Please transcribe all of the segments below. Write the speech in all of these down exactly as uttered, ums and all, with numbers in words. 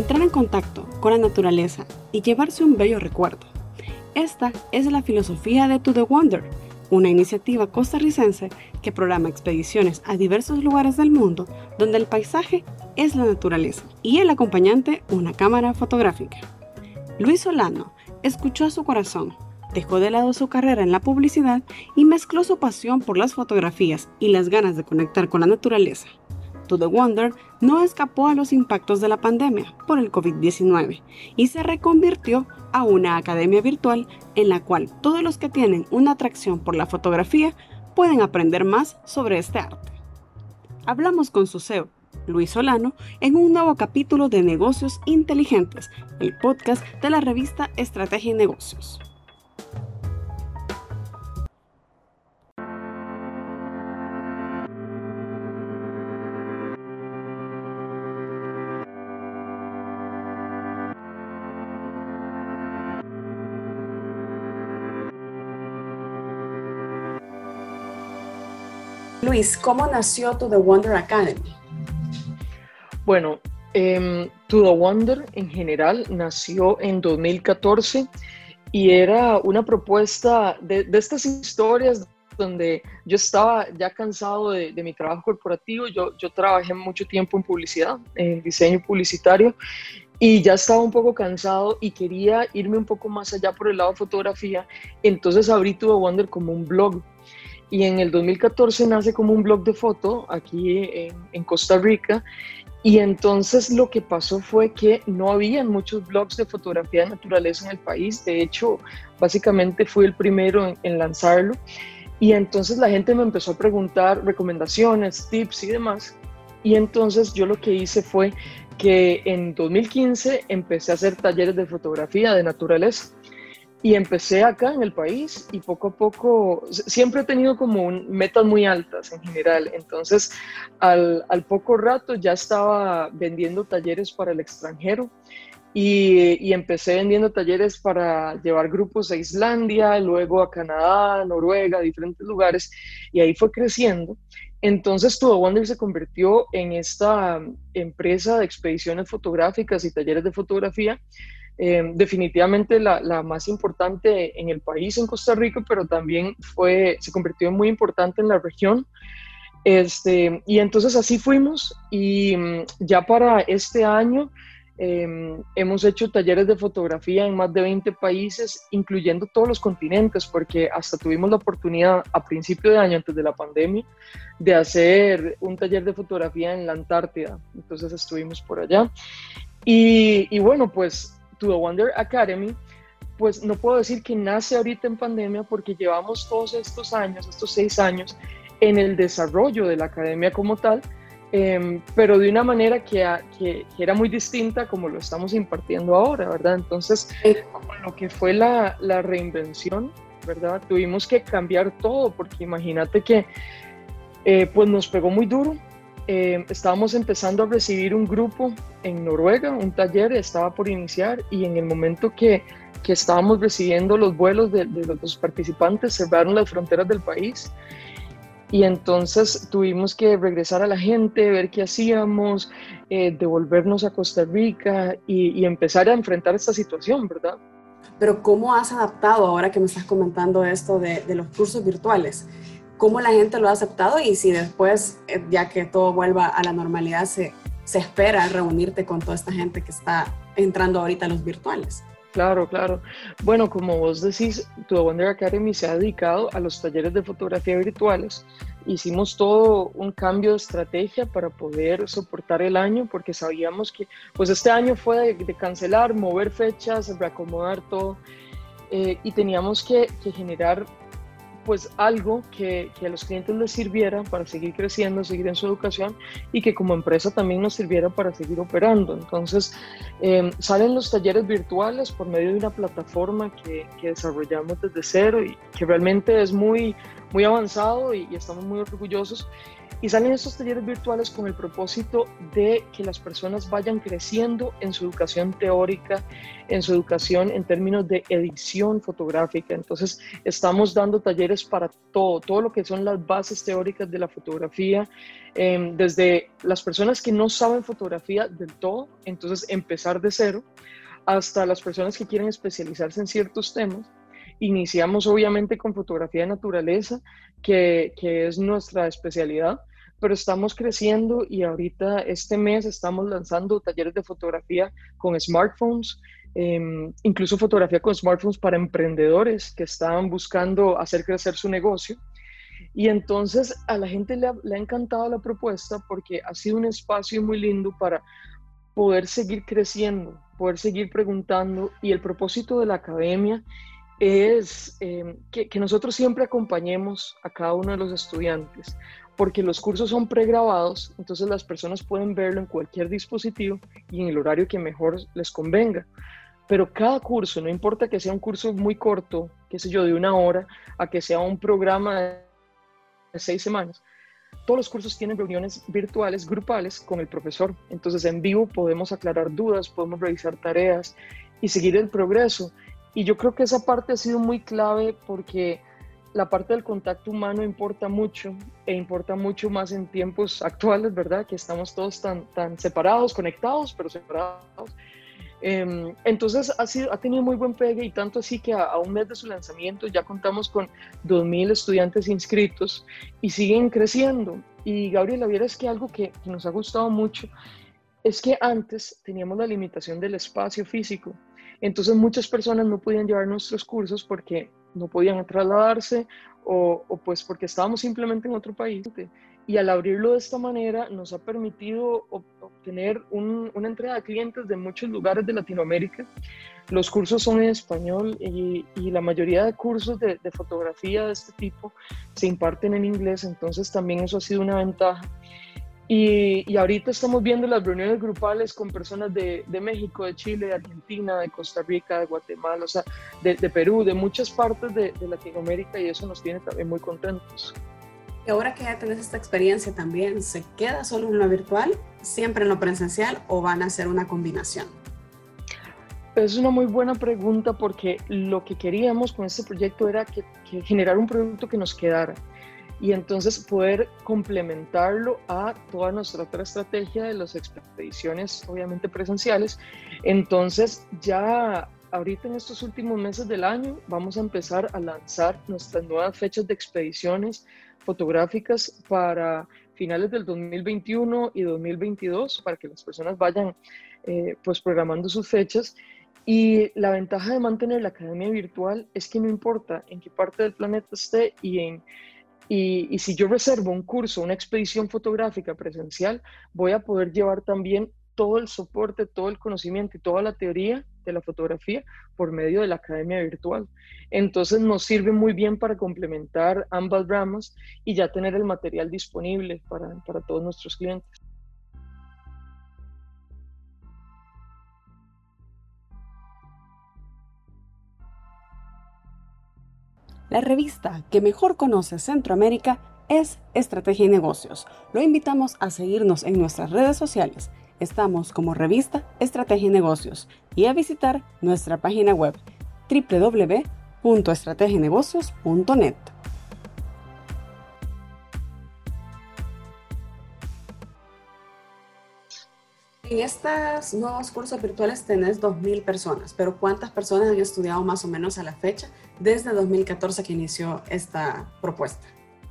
entrar en contacto con la naturaleza y llevarse un bello recuerdo. Esta es la filosofía de To The Wonder, una iniciativa costarricense que programa expediciones a diversos lugares del mundo donde el paisaje es la naturaleza y el acompañante una cámara fotográfica. Luis Solano escuchó a su corazón, dejó de lado su carrera en la publicidad y mezcló su pasión por las fotografías y las ganas de conectar con la naturaleza. To The Wonder no escapó a los impactos de la pandemia por el covid diecinueve y se reconvirtió a una academia virtual en la cual todos los que tienen una atracción por la fotografía pueden aprender más sobre este arte. Hablamos con su C E O, Luis Solano, en un nuevo capítulo de Negocios Inteligentes, el podcast de la revista Estrategia y Negocios. Luis, ¿cómo nació To The Wonder Academy? Bueno, eh, To The Wonder en general nació en dos mil catorce y era una propuesta de, de estas historias donde yo estaba ya cansado de, de mi trabajo corporativo. Yo, yo trabajé mucho tiempo en publicidad, en diseño publicitario, y ya estaba un poco cansado y quería irme un poco más allá por el lado de fotografía. Entonces abrí To The Wonder como un blog. Y en el dos mil catorce nace como un blog de foto aquí en, en Costa Rica. Y entonces lo que pasó fue que no había muchos blogs de fotografía de naturaleza en el país. De hecho, básicamente fui el primero en, en lanzarlo. Y entonces la gente me empezó a preguntar recomendaciones, tips y demás. Y entonces yo lo que hice fue que en dos mil quince empecé a hacer talleres de fotografía de naturaleza. Y empecé acá en el país y poco a poco, siempre he tenido como un, metas muy altas en general. Entonces, al, al poco rato ya estaba vendiendo talleres para el extranjero y, y empecé vendiendo talleres para llevar grupos a Islandia, luego a Canadá, Noruega, diferentes lugares, y ahí fue creciendo. Entonces, To The Wonder se convirtió en esta empresa de expediciones fotográficas y talleres de fotografía. Eh, definitivamente la, la más importante en el país, en Costa Rica, pero también fue, se convirtió muy importante en la región. Este, y entonces así fuimos y um, ya para este año eh, hemos hecho talleres de fotografía en más de veinte países, incluyendo todos los continentes, porque hasta tuvimos la oportunidad a principio de año, antes de la pandemia, de hacer un taller de fotografía en la Antártida. Entonces estuvimos por allá. Y, y bueno, pues To The Wonder Academy, pues no puedo decir que nace ahorita en pandemia porque llevamos todos estos años, estos seis años, en el desarrollo de la academia como tal, eh, pero de una manera que, que, que era muy distinta como lo estamos impartiendo ahora, ¿verdad? Entonces, con lo que fue la, la reinvención, ¿verdad? Tuvimos que cambiar todo porque imagínate que eh, pues nos pegó muy duro. Eh, estábamos empezando a recibir un grupo en Noruega, un taller estaba por iniciar y en el momento que, que estábamos recibiendo los vuelos de, de los participantes cerraron las fronteras del país y entonces tuvimos que regresar a la gente, ver qué hacíamos, eh, devolvernos a Costa Rica y, y empezar a enfrentar esta situación, ¿verdad? Pero ¿cómo has adaptado ahora que me estás comentando esto de, de los cursos virtuales? ¿Cómo la gente lo ha aceptado y si después, ya que todo vuelva a la normalidad, se, se espera reunirte con toda esta gente que está entrando ahorita a los virtuales? Claro, claro. Bueno, como vos decís, To The Wonder Academy se ha dedicado a los talleres de fotografía virtuales. Hicimos todo un cambio de estrategia para poder soportar el año porque sabíamos que pues este año fue de, de cancelar, mover fechas, reacomodar todo eh, y teníamos que, que generar pues algo que, que a los clientes les sirviera para seguir creciendo, seguir en su educación y que como empresa también nos sirviera para seguir operando. Entonces eh, salen los talleres virtuales por medio de una plataforma que, que desarrollamos desde cero y que realmente es muy, muy avanzado y, y estamos muy orgullosos. Y salen estos talleres virtuales con el propósito de que las personas vayan creciendo en su educación teórica, en su educación en términos de edición fotográfica. Entonces, estamos dando talleres para todo, todo lo que son las bases teóricas de la fotografía, eh, desde las personas que no saben fotografía del todo, entonces empezar de cero, hasta las personas que quieren especializarse en ciertos temas. Iniciamos obviamente con fotografía de naturaleza, que, que es nuestra especialidad, pero estamos creciendo y ahorita este mes estamos lanzando talleres de fotografía con smartphones, eh, incluso fotografía con smartphones para emprendedores que estaban buscando hacer crecer su negocio. Y entonces a la gente le ha, le ha encantado la propuesta porque ha sido un espacio muy lindo para poder seguir creciendo, poder seguir preguntando, y el propósito de la academia es eh, que, que nosotros siempre acompañemos a cada uno de los estudiantes, porque los cursos son pregrabados, entonces las personas pueden verlo en cualquier dispositivo y en el horario que mejor les convenga. Pero cada curso, no importa que sea un curso muy corto, qué sé yo, de una hora, a que sea un programa de seis semanas, todos los cursos tienen reuniones virtuales, grupales, con el profesor. Entonces en vivo podemos aclarar dudas, podemos revisar tareas y seguir el progreso. Y yo creo que esa parte ha sido muy clave porque la parte del contacto humano importa mucho, e importa mucho más en tiempos actuales, ¿verdad? Que estamos todos tan, tan separados, conectados, pero separados. Eh, entonces ha, sido, ha tenido muy buen pegue, y tanto así que a, a un mes de su lanzamiento ya contamos con dos mil estudiantes inscritos y siguen creciendo. Y Gabriela, vieras que algo que, que nos ha gustado mucho es que antes teníamos la limitación del espacio físico. Entonces muchas personas no podían llevar nuestros cursos porque no podían trasladarse o, o pues porque estábamos simplemente en otro país. Y al abrirlo de esta manera nos ha permitido obtener un, una entrega de clientes de muchos lugares de Latinoamérica. Los cursos son en español y, y la mayoría de cursos de, de fotografía de este tipo se imparten en inglés, entonces también eso ha sido una ventaja. Y, y ahorita estamos viendo las reuniones grupales con personas de, de México, de Chile, de Argentina, de Costa Rica, de Guatemala, o sea, de, de Perú, de muchas partes de, de Latinoamérica, y eso nos tiene también muy contentos. Y ahora que ya tenés esta experiencia también, ¿se queda solo en lo virtual, siempre en lo presencial, o van a hacer una combinación? Es una muy buena pregunta, porque lo que queríamos con este proyecto era que, que generar un producto que nos quedara, y entonces poder complementarlo a toda nuestra otra estrategia de las expediciones, obviamente presenciales. Entonces ya ahorita en estos últimos meses del año vamos a empezar a lanzar nuestras nuevas fechas de expediciones fotográficas para finales del dos mil veintiuno y dos mil veintidós, para que las personas vayan eh, pues programando sus fechas. Y la ventaja de mantener la academia virtual es que no importa en qué parte del planeta esté, y en Y, y si yo reservo un curso, una expedición fotográfica presencial, voy a poder llevar también todo el soporte, todo el conocimiento y toda la teoría de la fotografía por medio de la academia virtual. Entonces nos sirve muy bien para complementar ambas ramas y ya tener el material disponible para, para todos nuestros clientes. La revista que mejor conoce Centroamérica es Estrategia y Negocios. Lo invitamos a seguirnos en nuestras redes sociales. Estamos como revista Estrategia y Negocios, y a visitar nuestra página web doble u doble u doble u punto estrategia y negocios punto net. En estos nuevos cursos virtuales tenés dos mil personas, pero ¿cuántas personas han estudiado más o menos a la fecha desde dos mil catorce que inició esta propuesta?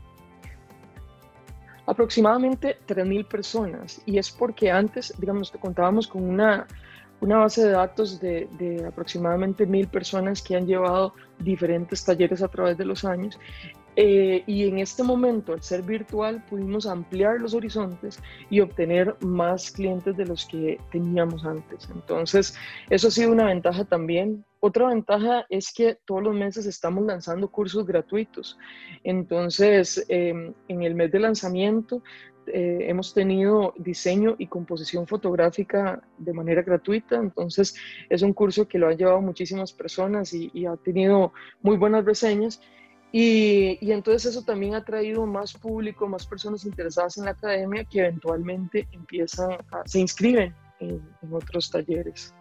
Aproximadamente tres mil personas, y es porque antes, digamos, contábamos con una, una base de datos de, de aproximadamente mil personas que han llevado diferentes talleres a través de los años. Eh, y en este momento, al ser virtual, pudimos ampliar los horizontes y obtener más clientes de los que teníamos antes. Entonces, eso ha sido una ventaja también. Otra ventaja es que todos los meses estamos lanzando cursos gratuitos. Entonces, eh, en el mes de lanzamiento, eh, hemos tenido diseño y composición fotográfica de manera gratuita. Entonces, es un curso que lo han llevado muchísimas personas y, y ha tenido muy buenas reseñas. Y, y entonces eso también ha traído más público, más personas interesadas en la academia que eventualmente empiezan a, se inscriben en, en otros talleres.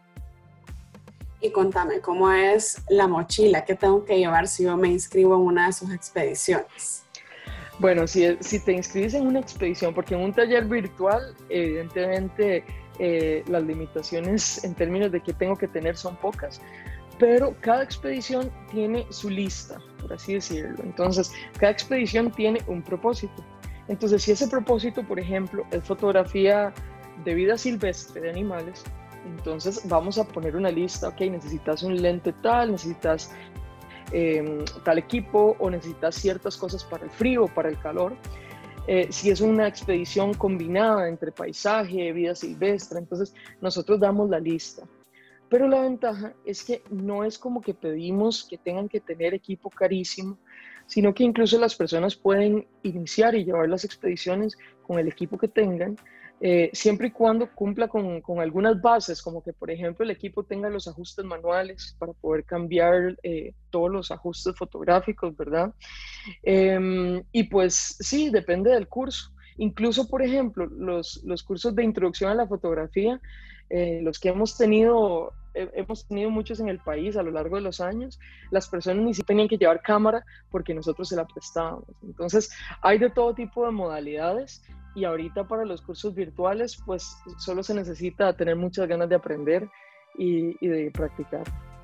Y contame, ¿cómo es la mochila? ¿Qué tengo que llevar si yo me inscribo en una de sus expediciones? Bueno, si, si te inscribes en una expedición, porque en un taller virtual, evidentemente eh, las limitaciones en términos de qué tengo que tener son pocas, pero cada expedición tiene su lista, por así decirlo. Entonces, cada expedición tiene un propósito. Entonces, si ese propósito, por ejemplo, es fotografía de vida silvestre de animales, entonces vamos a poner una lista, ok, necesitas un lente tal, necesitas eh, tal equipo o necesitas ciertas cosas para el frío o para el calor. Eh, si es una expedición combinada entre paisaje, vida silvestre, entonces nosotros damos la lista. Pero la ventaja es que no es como que pedimos que tengan que tener equipo carísimo, sino que incluso las personas pueden iniciar y llevar las expediciones con el equipo que tengan, eh, siempre y cuando cumpla con, con algunas bases, como que por ejemplo el equipo tenga los ajustes manuales para poder cambiar eh, todos los ajustes fotográficos, ¿verdad? Eh, y pues sí, depende del curso. Incluso, por ejemplo, los, los cursos de introducción a la fotografía, eh, los que hemos tenido, eh, hemos tenido muchos en el país a lo largo de los años, las personas ni siquiera tenían que llevar cámara porque nosotros se la prestábamos. Entonces, hay de todo tipo de modalidades y ahorita para los cursos virtuales, pues solo se necesita tener muchas ganas de aprender y, y de practicar.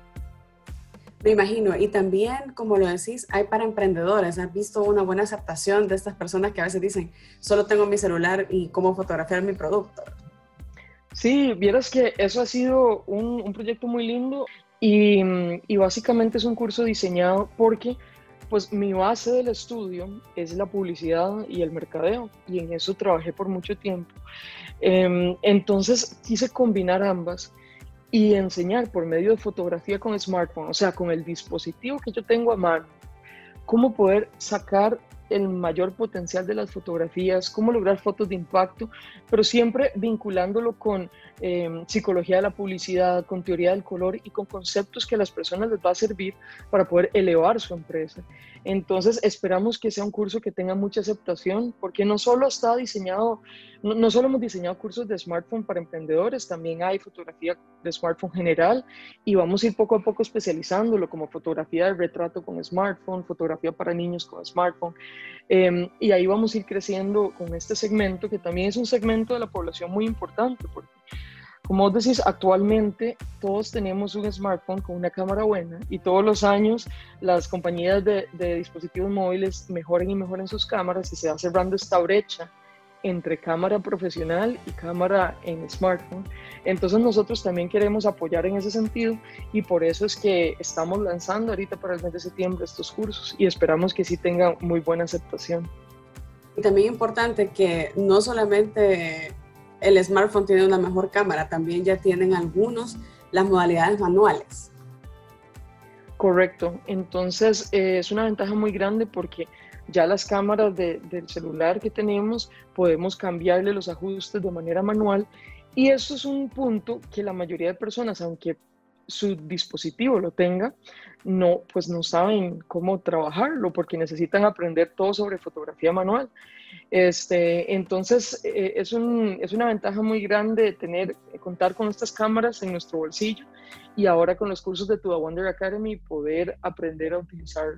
Me imagino, y también, como lo decís, hay para emprendedores. ¿Has visto una buena aceptación de estas personas que a veces dicen, solo tengo mi celular y cómo fotografiar mi producto? Sí, vieras que eso ha sido un, un proyecto muy lindo y, y básicamente es un curso diseñado porque pues mi base del estudio es la publicidad y el mercadeo y en eso trabajé por mucho tiempo. Eh, entonces quise combinar ambas y enseñar por medio de fotografía con smartphone, o sea, con el dispositivo que yo tengo a mano, cómo poder sacar el mayor potencial de las fotografías, cómo lograr fotos de impacto, pero siempre vinculándolo con eh, psicología de la publicidad, con teoría del color y con conceptos que a las personas les va a servir para poder elevar su empresa. Entonces esperamos que sea un curso que tenga mucha aceptación, porque no solo está diseñado, no, no solo hemos diseñado cursos de smartphone para emprendedores, también hay fotografía de smartphone general y vamos a ir poco a poco especializándolo como fotografía de retrato con smartphone, fotografía para niños con smartphone. Eh, y ahí vamos a ir creciendo con este segmento, que también es un segmento de la población muy importante, porque como vos decís, actualmente todos tenemos un smartphone con una cámara buena y todos los años las compañías de, de dispositivos móviles mejoran y mejoran sus cámaras y se va cerrando esta brecha entre cámara profesional y cámara en smartphone. Entonces nosotros también queremos apoyar en ese sentido y por eso es que estamos lanzando ahorita para el mes de septiembre estos cursos y esperamos que sí tengan muy buena aceptación. Y también importante que no solamente el smartphone tiene una mejor cámara, también ya tienen algunos las modalidades manuales. Correcto, entonces eh, es una ventaja muy grande porque ya las cámaras de, del celular que tenemos podemos cambiarle los ajustes de manera manual y eso es un punto que la mayoría de personas, aunque su dispositivo lo tenga, no, pues no saben cómo trabajarlo porque necesitan aprender todo sobre fotografía manual. Este, entonces eh, es, un, es una ventaja muy grande tener, contar con estas cámaras en nuestro bolsillo y ahora con los cursos de To The Wonder Academy poder aprender a utilizarlo.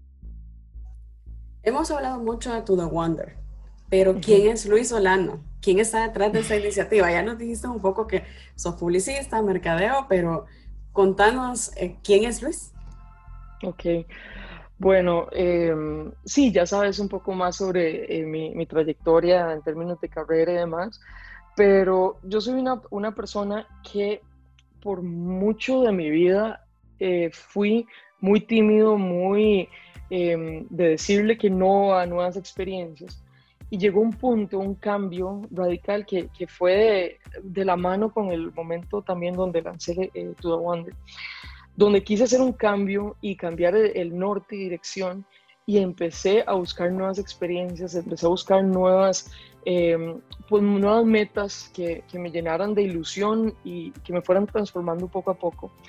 Hemos hablado mucho de To The Wonder, pero ¿quién es Luis Solano? ¿Quién está detrás de esa iniciativa? Ya nos dijiste un poco que sos publicista, mercadeo, pero contanos, eh, ¿quién es Luis? Ok, bueno, eh, sí, ya sabes un poco más sobre eh, mi, mi trayectoria en términos de carrera y demás, pero yo soy una, una persona que por mucho de mi vida eh, fui muy tímido, muy eh, de decirle que no a nuevas experiencias. Y llegó un punto, un cambio radical que, que fue de, de la mano con el momento también donde lancé eh, To The Wonder, donde quise hacer un cambio y cambiar el, el norte y dirección y empecé a buscar nuevas experiencias, empecé a buscar nuevas, eh, pues, nuevas metas que, que me llenaran de ilusión y que me fueran transformando poco a poco.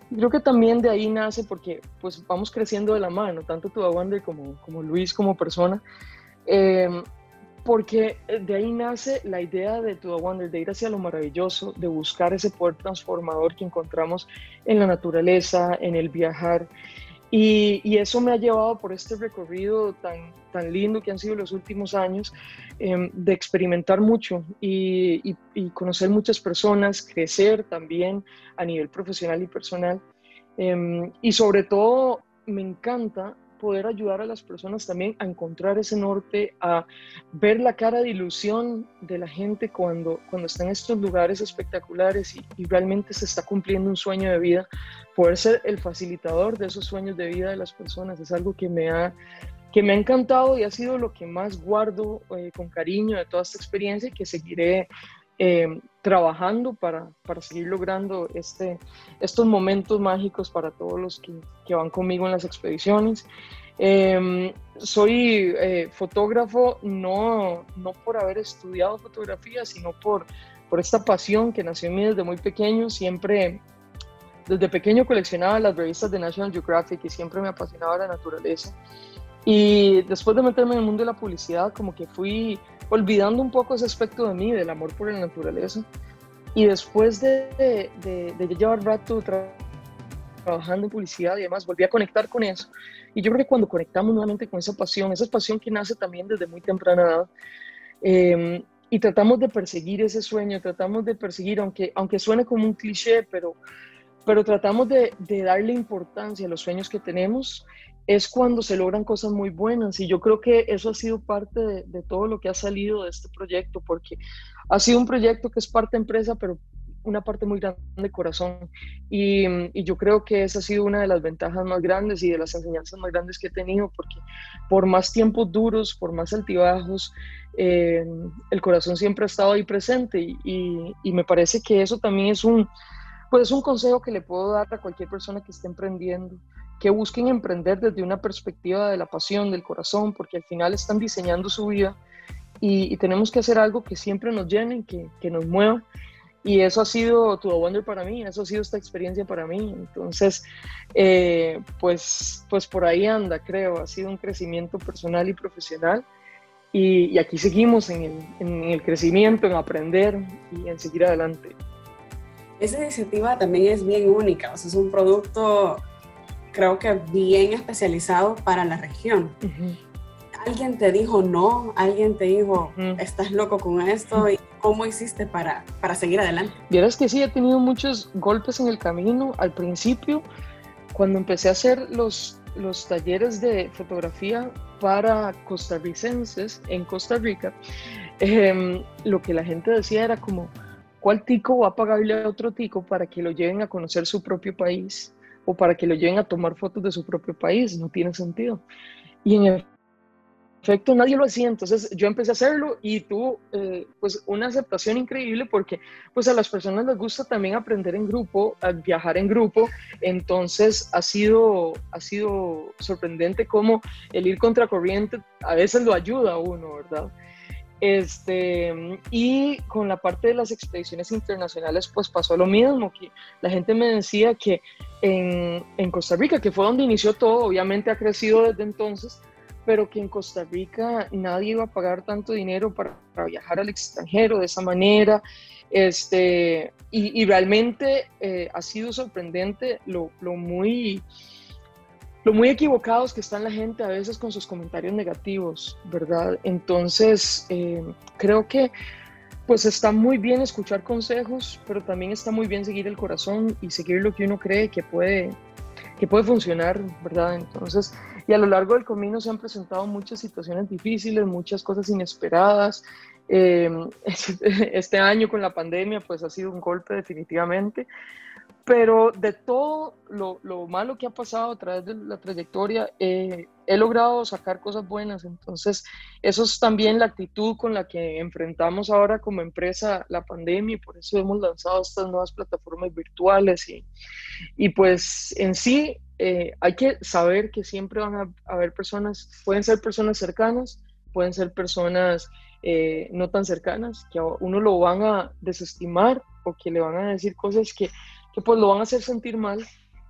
Creo que también de ahí nace porque pues vamos creciendo de la mano, tanto tu Wander como, como Luis como persona, eh, porque de ahí nace la idea de To The Wonder, de ir hacia lo maravilloso, de buscar ese poder transformador que encontramos en la naturaleza, en el viajar. Y, y eso me ha llevado por este recorrido tan, tan lindo que han sido los últimos años, eh, de experimentar mucho y, y, y conocer muchas personas, crecer también a nivel profesional y personal. Eh, y sobre todo me encanta poder ayudar a las personas también a encontrar ese norte, a ver la cara de ilusión de la gente cuando, cuando está en estos lugares espectaculares y, y realmente se está cumpliendo un sueño de vida. Poder ser el facilitador de esos sueños de vida de las personas es algo que me ha, que me ha encantado y ha sido lo que más guardo eh, con cariño de toda esta experiencia y que seguiré eh, trabajando para, para seguir logrando este, estos momentos mágicos para todos los que, que van conmigo en las expediciones. Eh, soy eh, fotógrafo no, no por haber estudiado fotografía, sino por, por esta pasión que nació en mí desde muy pequeño. Siempre, desde pequeño coleccionaba las revistas de National Geographic y siempre me apasionaba la naturaleza. Y después de meterme en el mundo de la publicidad, como que fui olvidando un poco ese aspecto de mí, del amor por la naturaleza. Y después de, de, de, de llevar rato tra trabajando en publicidad y demás, volví a conectar con eso. Y yo creo que cuando conectamos nuevamente con esa pasión, esa pasión que nace también desde muy temprana edad, eh, y tratamos de perseguir ese sueño, tratamos de perseguir, aunque, aunque suene como un cliché, pero, pero tratamos de, de darle importancia a los sueños que tenemos, es cuando se logran cosas muy buenas. Y yo creo que eso ha sido parte de, de todo lo que ha salido de este proyecto, porque ha sido un proyecto que es parte empresa, pero una parte muy grande de corazón. Y, y yo creo que esa ha sido una de las ventajas más grandes y de las enseñanzas más grandes que he tenido, porque por más tiempos duros, por más altibajos, eh, el corazón siempre ha estado ahí presente. Y, y, y me parece que eso también es un, pues es un consejo que le puedo dar a cualquier persona que esté emprendiendo, que busquen emprender desde una perspectiva de la pasión, del corazón, porque al final están diseñando su vida y, y tenemos que hacer algo que siempre nos llene, que, que nos mueva. Y eso ha sido To The Wonder para mí, eso ha sido esta experiencia para mí. Entonces, eh, pues, pues por ahí anda, creo. Ha sido un crecimiento personal y profesional. Y, y aquí seguimos en el, en el crecimiento, en aprender y en seguir adelante. Esa iniciativa también es bien única, o sea, es un producto, creo que bien especializado para la región. Uh-huh. ¿Alguien te dijo no? ¿Alguien te dijo, uh-huh, estás loco con esto? ¿Y cómo hiciste para, para seguir adelante? Vieras que sí, he tenido muchos golpes en el camino. Al principio, cuando empecé a hacer los, los talleres de fotografía para costarricenses en Costa Rica, eh, lo que la gente decía era como, ¿cuál tico va a pagarle a otro tico para que lo lleven a conocer su propio país o para que lo lleven a tomar fotos de su propio país? No tiene sentido. Y en efecto nadie lo hacía, entonces yo empecé a hacerlo y tuvo eh, pues una aceptación increíble, porque pues a las personas les gusta también aprender en grupo, a viajar en grupo. Entonces ha sido, ha sido sorprendente cómo el ir contracorriente a veces lo ayuda a uno, ¿verdad? Este, y con la parte de las expediciones internacionales pues pasó lo mismo, que la gente me decía que en, en Costa Rica, que fue donde inició todo, obviamente ha crecido desde entonces, pero que en Costa Rica nadie iba a pagar tanto dinero para, para viajar al extranjero de esa manera. Este, y, y realmente eh, ha sido sorprendente lo, lo muy... lo muy equivocados que están la gente a veces con sus comentarios negativos, ¿verdad? Entonces, eh, creo que pues está muy bien escuchar consejos, pero también está muy bien seguir el corazón y seguir lo que uno cree que puede, que puede funcionar, ¿verdad? Entonces, y a lo largo del camino se han presentado muchas situaciones difíciles, muchas cosas inesperadas. Eh, este año con la pandemia pues ha sido un golpe definitivamente. Pero de todo lo, lo malo que ha pasado a través de la trayectoria, eh, he logrado sacar cosas buenas. Entonces, eso es también la actitud con la que enfrentamos ahora como empresa la pandemia, y por eso hemos lanzado estas nuevas plataformas virtuales. Y, y pues en sí, eh, hay que saber que siempre van a haber personas, pueden ser personas cercanas, pueden ser personas eh, no tan cercanas, que a uno lo van a desestimar o que le van a decir cosas que que pues lo van a hacer sentir mal,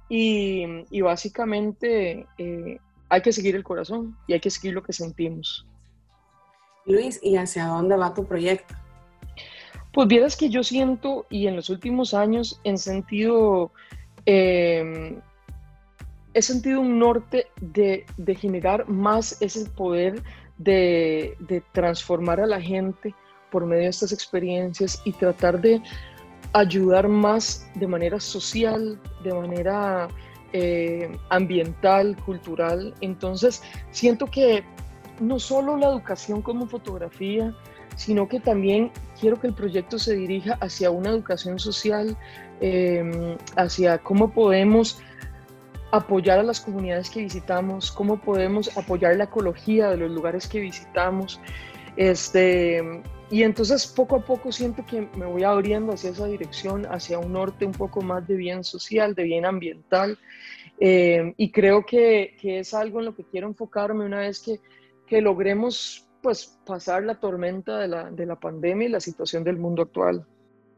y, y básicamente eh, hay que seguir el corazón y hay que seguir lo que sentimos. Luis, ¿y hacia dónde va tu proyecto? Pues vieras que yo siento, y en los últimos años he sentido, eh, he sentido un norte de, de generar más ese poder de, de transformar a la gente por medio de estas experiencias y tratar de ayudar más de manera social, de manera eh, ambiental, cultural. Entonces, siento que no solo la educación como fotografía, sino que también quiero que el proyecto se dirija hacia una educación social, eh, hacia cómo podemos apoyar a las comunidades que visitamos, cómo podemos apoyar la ecología de los lugares que visitamos. Este, y entonces poco a poco siento que me voy abriendo hacia esa dirección, hacia un norte un poco más de bien social, de bien ambiental, eh, y creo que, que es algo en lo que quiero enfocarme una vez que, que logremos pues, pasar la tormenta de la, de la pandemia y la situación del mundo actual.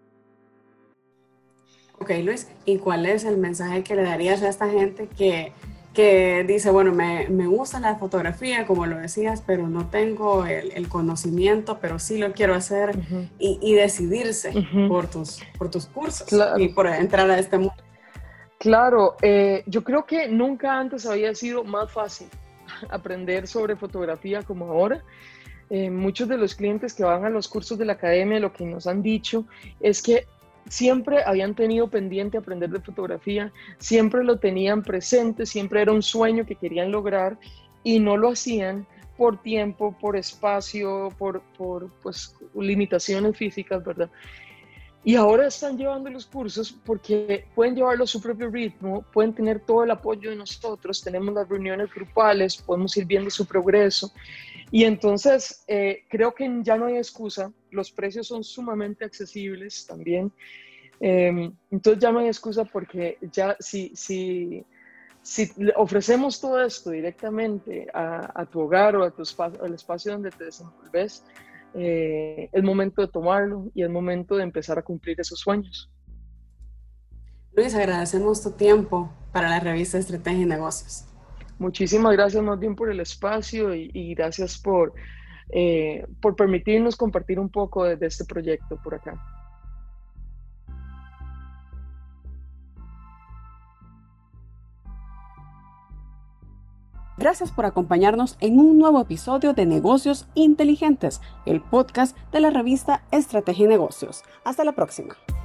Ok, Luis, ¿y cuál es el mensaje que le darías a esta gente que, que dice, bueno, me, me gusta la fotografía, como lo decías, pero no tengo el, el conocimiento, pero sí lo quiero hacer, uh-huh. y, y decidirse uh-huh. por, tus, por tus cursos claro. y por entrar a este mundo? Claro, eh, yo creo que nunca antes había sido más fácil aprender sobre fotografía como ahora. Eh, muchos de los clientes que van a los cursos de la academia lo que nos han dicho es que siempre habían tenido pendiente aprender de fotografía, siempre lo tenían presente, siempre era un sueño que querían lograr y no lo hacían por tiempo, por espacio, por, por pues, limitaciones físicas, ¿verdad? Y ahora están llevando los cursos porque pueden llevarlo a su propio ritmo, pueden tener todo el apoyo de nosotros, tenemos las reuniones grupales, podemos ir viendo su progreso. Y entonces eh, creo que ya no hay excusa, los precios son sumamente accesibles también. Eh, entonces ya no hay excusa porque ya si, si, si ofrecemos todo esto directamente a, a tu hogar o a tu espacio, al espacio donde te desenvolves, Eh, es momento de tomarlo y es momento de empezar a cumplir esos sueños. Luis, agradecemos tu tiempo para la revista Estrategia y Negocios. Muchísimas gracias más bien por el espacio y, y gracias por, eh, por permitirnos compartir un poco de, de este proyecto por acá. Gracias por acompañarnos en un nuevo episodio de Negocios Inteligentes, el podcast de la revista Estrategia y Negocios. Hasta la próxima.